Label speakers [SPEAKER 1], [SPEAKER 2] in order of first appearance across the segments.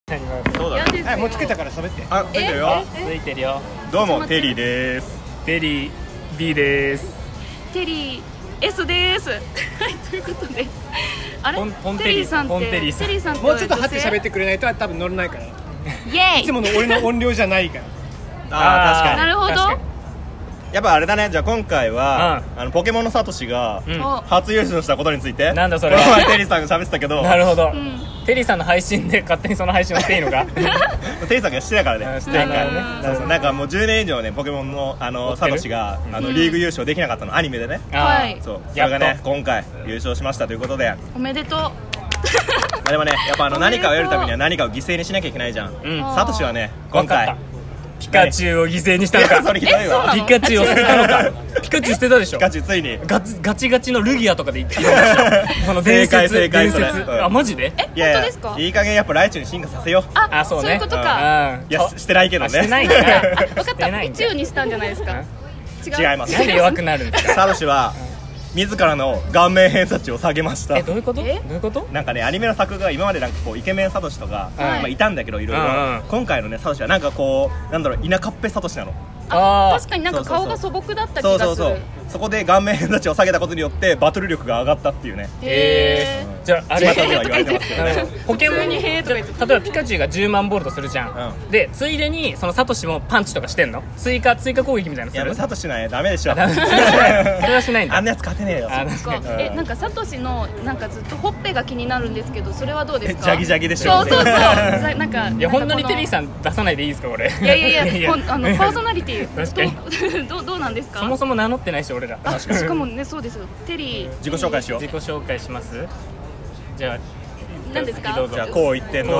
[SPEAKER 1] そうだね。
[SPEAKER 2] はい、もうつけたから喋って。
[SPEAKER 1] あ、ついてるよ。
[SPEAKER 3] ついてるよ。
[SPEAKER 1] どうもテリーです。
[SPEAKER 3] テリー B です。
[SPEAKER 4] テリー S です。はい、ということで、あれ
[SPEAKER 3] テ
[SPEAKER 4] リーさんって
[SPEAKER 3] テリーさん
[SPEAKER 2] もうちょっと張って喋ってくれないと多分乗れないから。
[SPEAKER 4] イエーイ。
[SPEAKER 2] いつもの俺の音量じゃないから。
[SPEAKER 1] ああ、確かに。
[SPEAKER 4] なるほど。
[SPEAKER 1] やっぱあれだね。じゃあ今回はポケモンのサトシが初優勝したことについて。
[SPEAKER 3] なんだそれは。
[SPEAKER 1] 前テリーさんが喋ってたけど。
[SPEAKER 3] なるほど。テリーさんの配信で勝手にその配信をしていいのか。
[SPEAKER 1] テリーさんがしてたからね。
[SPEAKER 3] してたからね。
[SPEAKER 1] そうそう、なんかもう10年以上ねポケモンのサトシがリーグ優勝できなかったの、アニメでね。
[SPEAKER 4] はい。
[SPEAKER 1] そう、それがね今回優勝しましたということで。
[SPEAKER 4] おめでとう。
[SPEAKER 1] でもね、やっぱ何かを得るためには何かを犠牲にしなきゃいけないじゃん。サトシはね今回
[SPEAKER 3] ピカチュウを犠牲にしたのか。
[SPEAKER 1] それひどいわ。
[SPEAKER 3] ピカチュウを捨てたのか。ピカチュウ捨てたでしょ。
[SPEAKER 1] ピカチュウついに
[SPEAKER 3] ガチガチのルギアとかで言ってこの
[SPEAKER 1] 正解
[SPEAKER 3] 伝説。あ、マジで？
[SPEAKER 4] 本当ですか？
[SPEAKER 1] いい加減やっぱライチュウに進化させよう。
[SPEAKER 4] あ、そういうことか。
[SPEAKER 1] いや、してないけどね。
[SPEAKER 3] してないんだ。
[SPEAKER 4] 分かった。ピチュウにしたんじゃないですか。
[SPEAKER 1] 違います。
[SPEAKER 3] なんで弱くなるんですか。
[SPEAKER 1] サトシは自らの顔面偏差値を下げました。
[SPEAKER 3] どういうこと？どういうこと？
[SPEAKER 1] なんかね、アニメの作が今までなんかこうイケメンサトシとかいたんだけど、いろいろ今回のねサトシはなんかこうなんだろう、田舎っぺサトシなの。
[SPEAKER 4] あ、確かになんか顔が素朴だった気がする。
[SPEAKER 1] そこで顔面偏差値を下げたことによってバトル力が上がったっていうね。
[SPEAKER 3] じゃああれ
[SPEAKER 1] 巷では言われてますけどね。
[SPEAKER 3] ポケモンに例えばピカチュウが10万ボルトするじゃん。でついでにそのサトシもパンチとかしてんの？追加攻撃みたいなのする？
[SPEAKER 1] いやサトシなんやダメでしょ。
[SPEAKER 3] それはしないんだ。
[SPEAKER 1] あんなやつ勝てねえよ。
[SPEAKER 4] なんかサトシのなんかずっとほっぺが気になるんですけど、それはどうですか？
[SPEAKER 1] ジャギジャギでしょ。
[SPEAKER 4] そうなんか
[SPEAKER 3] いや本当にテリーさん出さないでいいですかこれ。
[SPEAKER 4] いやパーソナリティ
[SPEAKER 3] 確かに
[SPEAKER 4] どうなんですか？
[SPEAKER 3] そもそも名乗ってないし俺ら。
[SPEAKER 4] しかもね、そうですよ。テリー
[SPEAKER 1] 自己紹介しよう。
[SPEAKER 3] 自己紹介します。じゃあ
[SPEAKER 4] 何ですか？
[SPEAKER 1] じゃあこう言ってんの。
[SPEAKER 4] はい、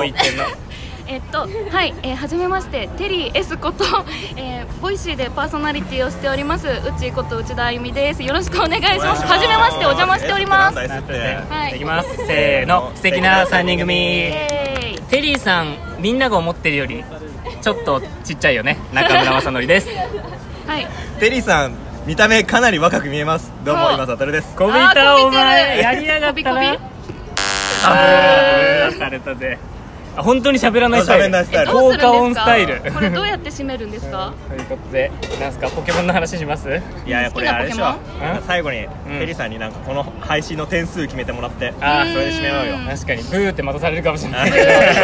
[SPEAKER 4] はじめましてテリー S こと、ボイシーでパーソナリティをしておりますうちこと内田あゆみです。よろしくお願いします。はじめまして、お邪魔しております。
[SPEAKER 3] はい、いきます。せーの、素敵な3人組。テリーさん、みんなが思ってるよりちょっとちっちゃいよね。中村正則です。
[SPEAKER 4] はい。
[SPEAKER 1] テリーさん見た目かなり若く見えます。どうも今悟です。
[SPEAKER 3] こびたお前やりやがったな。されたぜ。本当に喋らないスタイル。効果音スタイル。
[SPEAKER 4] これどうやって締めるんですか？
[SPEAKER 3] ということで、なんすかポケモンの話します？
[SPEAKER 1] いやこれあれでしょ。最後にテリーさんになんかこの配信の点数決めてもらって、それで締めようよ。
[SPEAKER 3] 確かにブーって待たされるかもしれない。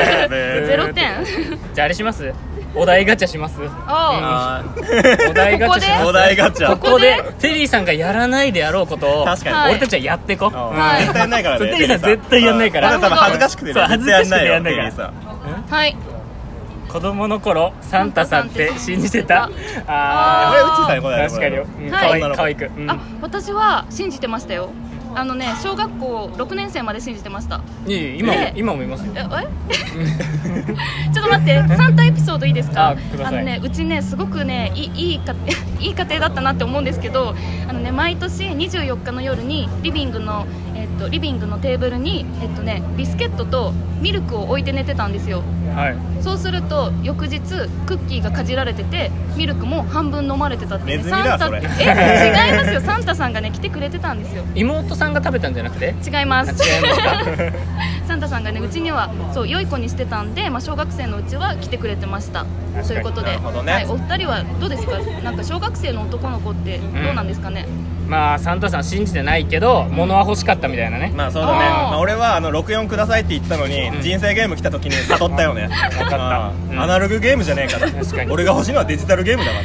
[SPEAKER 4] 0点。
[SPEAKER 3] じゃああれします？お題ガチャします。お題ガチャ。
[SPEAKER 1] お題ガチャ。
[SPEAKER 3] ここでテリーさんがやらないであろうことを俺たちはやってこ。
[SPEAKER 1] 絶対やんないからね。
[SPEAKER 3] テリーさん絶対やんないから。
[SPEAKER 1] 多分恥ずかしくて絶対やんないよテリーさん。
[SPEAKER 4] はい。
[SPEAKER 3] 子供の頃サンタさんって信じてた？
[SPEAKER 1] これうちさんの答え。
[SPEAKER 3] 確かに可愛く。
[SPEAKER 4] 私は信じてましたよ。小学校6年生まで信じてました。
[SPEAKER 3] 今もいますよ。
[SPEAKER 4] ちょっと待って、サンタエピソードいいですか？うちねすごくねいい家庭だったなって思うんですけど、毎年24日の夜にリビングのテーブルにビスケットとミルクを置いて寝てたんですよ。そうすると翌日クッキーがかじられててミルクも半分飲まれてたってね。サンタ違いますよ。サンタさんがね来てくれてたんですよ。
[SPEAKER 3] 妹さんが食べたんじゃなくて？
[SPEAKER 4] 違います。サンタさんがねうちにはそう良い子にしてたんで、小学生のうちは来てくれてましたということで、お二人はどうですか？なんか小学生の男の子ってどうなんですかね？
[SPEAKER 3] サンタさん信じてないけど物は欲しかったみたいなね。
[SPEAKER 1] そうだね。俺は64くださいって言ったのに人生ゲーム来た時に悟ったよね。
[SPEAKER 3] 分かった。
[SPEAKER 1] アナログゲームじゃねえから。確かに俺が欲しいのはデジタルゲームだから。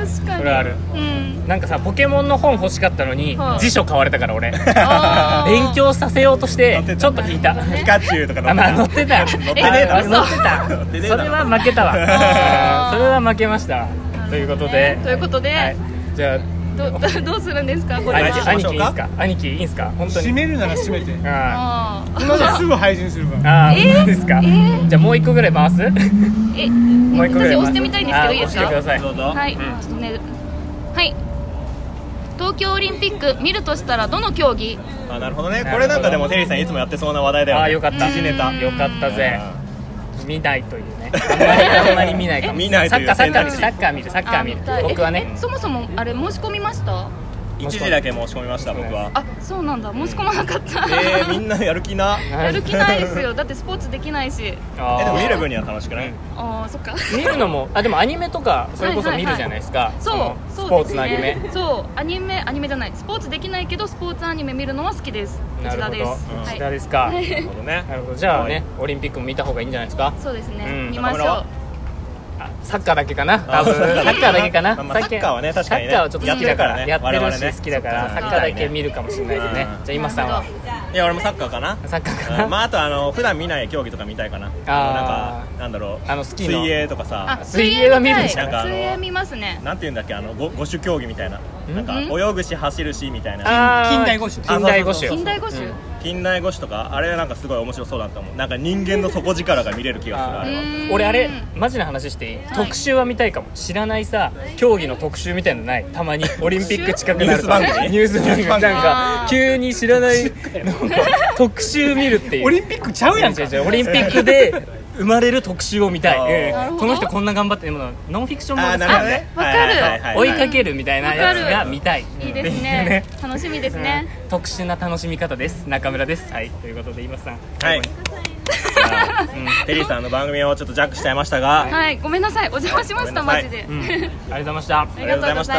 [SPEAKER 4] 確かに
[SPEAKER 3] それある。なんかさポケモンの本欲しかったのに辞書買われたから俺勉強させようとしてちょっと引いた。
[SPEAKER 1] ピカチュウとか
[SPEAKER 3] 乗ってた。
[SPEAKER 1] 乗ってねえだろ。
[SPEAKER 3] 乗ってた。それは負けたわ。それは負けましたということでじゃあ
[SPEAKER 4] どうするんですかこれは？
[SPEAKER 3] 兄貴いいんすか？兄貴いいんすか？本当に
[SPEAKER 2] 締めるなら締めて。
[SPEAKER 3] 今
[SPEAKER 2] じゃすぐ配信するから。
[SPEAKER 3] そうですか。じゃあもう一個ぐらい回す？もう一個ぐらい
[SPEAKER 4] 私押してみたいんですけどいいですか？
[SPEAKER 3] 押してください。
[SPEAKER 4] はい。はい。東京オリンピック見るとしたらどの競技？
[SPEAKER 1] なるほどね。これなんかでもテリーさんいつもやってそうな話題だよね。
[SPEAKER 3] よかった。
[SPEAKER 1] 時事ネタ。
[SPEAKER 3] よかったぜ。見ないというね。あんまり見ないかも。
[SPEAKER 1] 見ないという。
[SPEAKER 3] サッカー見る。僕はね。
[SPEAKER 4] そもそもあれ申し込みました？
[SPEAKER 1] 1時だけ申し込みました僕は。
[SPEAKER 4] あ、そうなんだ、申し込まなかった。
[SPEAKER 1] みんなやる気な。
[SPEAKER 4] やる気ないですよ、だってスポーツできないし。
[SPEAKER 1] でも見る分には楽しくない？
[SPEAKER 4] ああ、そっか。
[SPEAKER 3] 見るのもでもアニメとかそれこそ見るじゃないですか。
[SPEAKER 4] そう、
[SPEAKER 3] スポーツのアニメ。
[SPEAKER 4] そう、アニメじゃない、スポーツできないけどスポーツアニメ見るのは好きです。内田です。
[SPEAKER 3] 内田ですか。なるほど
[SPEAKER 1] ね。
[SPEAKER 3] なるほど。じゃあね、オリンピックも見た方がいいんじゃないですか。
[SPEAKER 4] そうですね、見ましょう。
[SPEAKER 3] サッカーだけかな、多分。サッカーだけかな。
[SPEAKER 1] サッカーはね、確かにね。
[SPEAKER 3] サッカーはちょっと好きだからね。やってるし
[SPEAKER 1] 我々
[SPEAKER 3] 好きだから、サッカーだけ見るかもしれないですね。じゃあ今さんは。
[SPEAKER 1] いや、俺もサッカーかな。
[SPEAKER 3] サッカーかな。
[SPEAKER 1] まああと普段見ない競技とか見たいかな。なんかなんだろう、
[SPEAKER 3] スキーの
[SPEAKER 1] 水泳とかさ。
[SPEAKER 3] 水泳は見るじゃん。
[SPEAKER 4] 水泳見ますね。
[SPEAKER 1] なんていうんだっけ、五種競技みたいな、なんか泳ぐし走るしみたいな。
[SPEAKER 2] 近代五種。
[SPEAKER 3] 近代五種。
[SPEAKER 4] 近代五種。
[SPEAKER 1] 近代五種とか、あれなんかすごい面白そうだと思う。なんか人間の底力が見れる気がする。あれは。
[SPEAKER 3] 俺あれマジな話していい？特集は見たいかも。知らないさ競技の特集みたいなのない？たまにオリンピック近くなるとニュース番組なんか急に知らないなんか特集見るっていう。
[SPEAKER 2] オリンピックちゃうやんか。
[SPEAKER 3] オリンピックで生まれる特集を見たい。この人こんな頑張って、ノンフィクションものですからね。
[SPEAKER 4] わかる。
[SPEAKER 3] 追いかけるみたいなやつが見たい。
[SPEAKER 4] いいですね。楽しみですね。
[SPEAKER 3] 特殊な楽しみ方です。中村です。はい、ということで今さん。
[SPEAKER 1] はい。テリーさんの番組をちょっとジャックしちゃいましたが。
[SPEAKER 4] はい、ごめんなさい。お邪魔しましたマジで。
[SPEAKER 3] ありがとうございました。
[SPEAKER 4] ありがとうございました。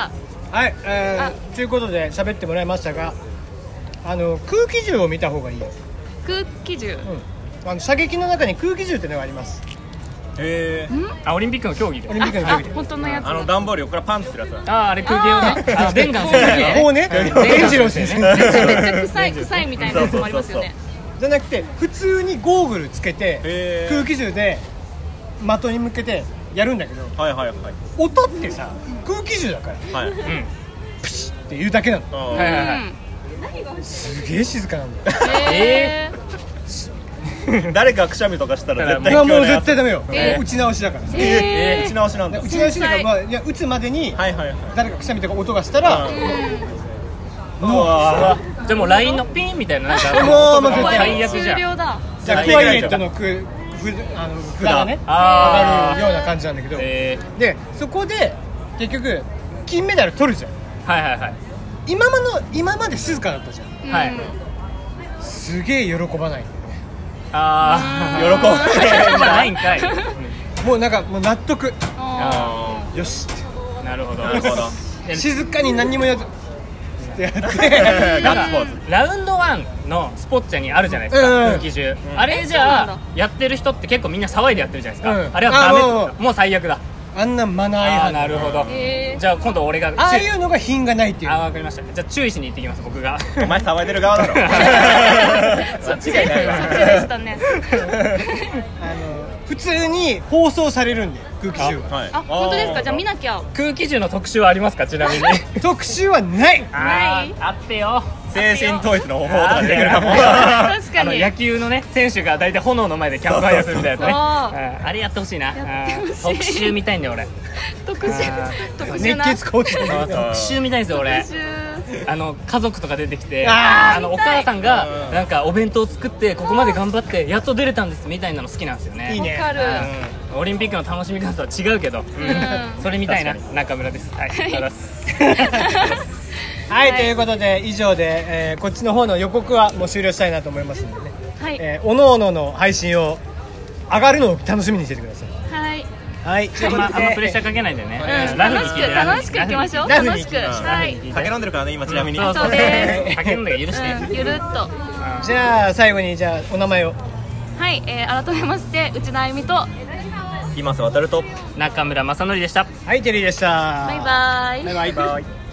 [SPEAKER 2] はい、ということで喋ってもらいましたが、空気銃を見た方がいいよ。
[SPEAKER 4] 空気銃。
[SPEAKER 2] 射撃の中に空気銃ってのがあります。
[SPEAKER 3] オリンピックの競技で。
[SPEAKER 2] オリンピックの競技で。
[SPEAKER 4] 本当のやつ。
[SPEAKER 1] 段ボール横からパンってするやつ。
[SPEAKER 3] あれ空気をね。ベンガン先生。
[SPEAKER 2] もうね、伝次郎先生。
[SPEAKER 4] めっちゃ臭いみたいなやつもありますよね。
[SPEAKER 2] じゃなくて普通にゴーグルつけて空気銃で的に向けてやるんだけど、音ってさ空気銃だから、プシッって言うだけなの。すげえ静かなんだよ。
[SPEAKER 1] 誰かくしゃみとかしたら絶対聞こえない。
[SPEAKER 2] もう絶対ダメよ。打ち直しだから。
[SPEAKER 1] 打ち直しなんだ。
[SPEAKER 2] 打ち直しだから、いや打つまでに誰かくしゃみとか音がしたら、
[SPEAKER 3] でも LINE のピンみたいななんか
[SPEAKER 2] もう
[SPEAKER 3] 最悪じゃん。
[SPEAKER 2] じゃあクワイエットの札がね上がるような感じなんだけど、でそこで結局金メダル取るじゃん。今まで静かだったじゃん。すげえ喜ばないんだよね。
[SPEAKER 3] 喜ばないんかい。
[SPEAKER 2] もうなんかもう納得。よし。
[SPEAKER 3] なるほど。
[SPEAKER 2] 静かに何にもやってやって
[SPEAKER 3] ラウンド1のスポッチャにあるじゃないですか、空気銃。あれじゃあやってる人って結構みんな騒いでやってるじゃないですか。あれはダメって。もう最悪だ。
[SPEAKER 2] あんなマナー違反。
[SPEAKER 3] なるほど。じゃあ今度俺が
[SPEAKER 2] ああいうのが品がないっていう。
[SPEAKER 3] わかりました。じゃあ注意しに行ってきます僕が。
[SPEAKER 1] お前騒いでる側だろ。
[SPEAKER 4] そっちでしたね。
[SPEAKER 2] 普通に放送されるんで空気銃は。
[SPEAKER 4] あ、本当ですか。じゃあ見なきゃ。
[SPEAKER 3] 空気銃の特集はありますかちなみに。
[SPEAKER 2] 特集はない。
[SPEAKER 3] あってよ。
[SPEAKER 1] 精神統一の方法とか出てくるかも。
[SPEAKER 4] 確かに
[SPEAKER 3] 野球のね選手が大体炎の前でキャンプファイヤーするみたいなね。あれやってほしいな。特集見たいんだよ俺。
[SPEAKER 4] 特集
[SPEAKER 2] 熱血コーチ。
[SPEAKER 3] 特集見たいんですよ俺。家族とか出てきて、お母さんがなんかお弁当作ってここまで頑張ってやっと出れたんですみたいなの好きなんですよね。
[SPEAKER 2] いいね。
[SPEAKER 3] オリンピックの楽しみ方とは違うけど、それみたいな。中村です。はい、
[SPEAKER 2] はい、ということで以上で、こっちの方の予告はもう終了したいなと思いますのでね、おのおのの配信を上がるのを楽しみにしててください。はい、
[SPEAKER 3] あんまプレッシャーかけないでね。
[SPEAKER 4] 楽しくいきましょう。楽しく。はい。
[SPEAKER 1] 酒飲んでるからね今ちなみに。
[SPEAKER 4] そうです。
[SPEAKER 3] 酒飲んで許して。
[SPEAKER 4] ゆるっと。
[SPEAKER 2] じゃあ最後にお名前を。
[SPEAKER 4] はい、改めまして内田あゆみと
[SPEAKER 1] 今瀬渡ると
[SPEAKER 3] 中村正則でした。
[SPEAKER 2] はい、テリーでした。
[SPEAKER 4] バイバイ。
[SPEAKER 2] バイバイ。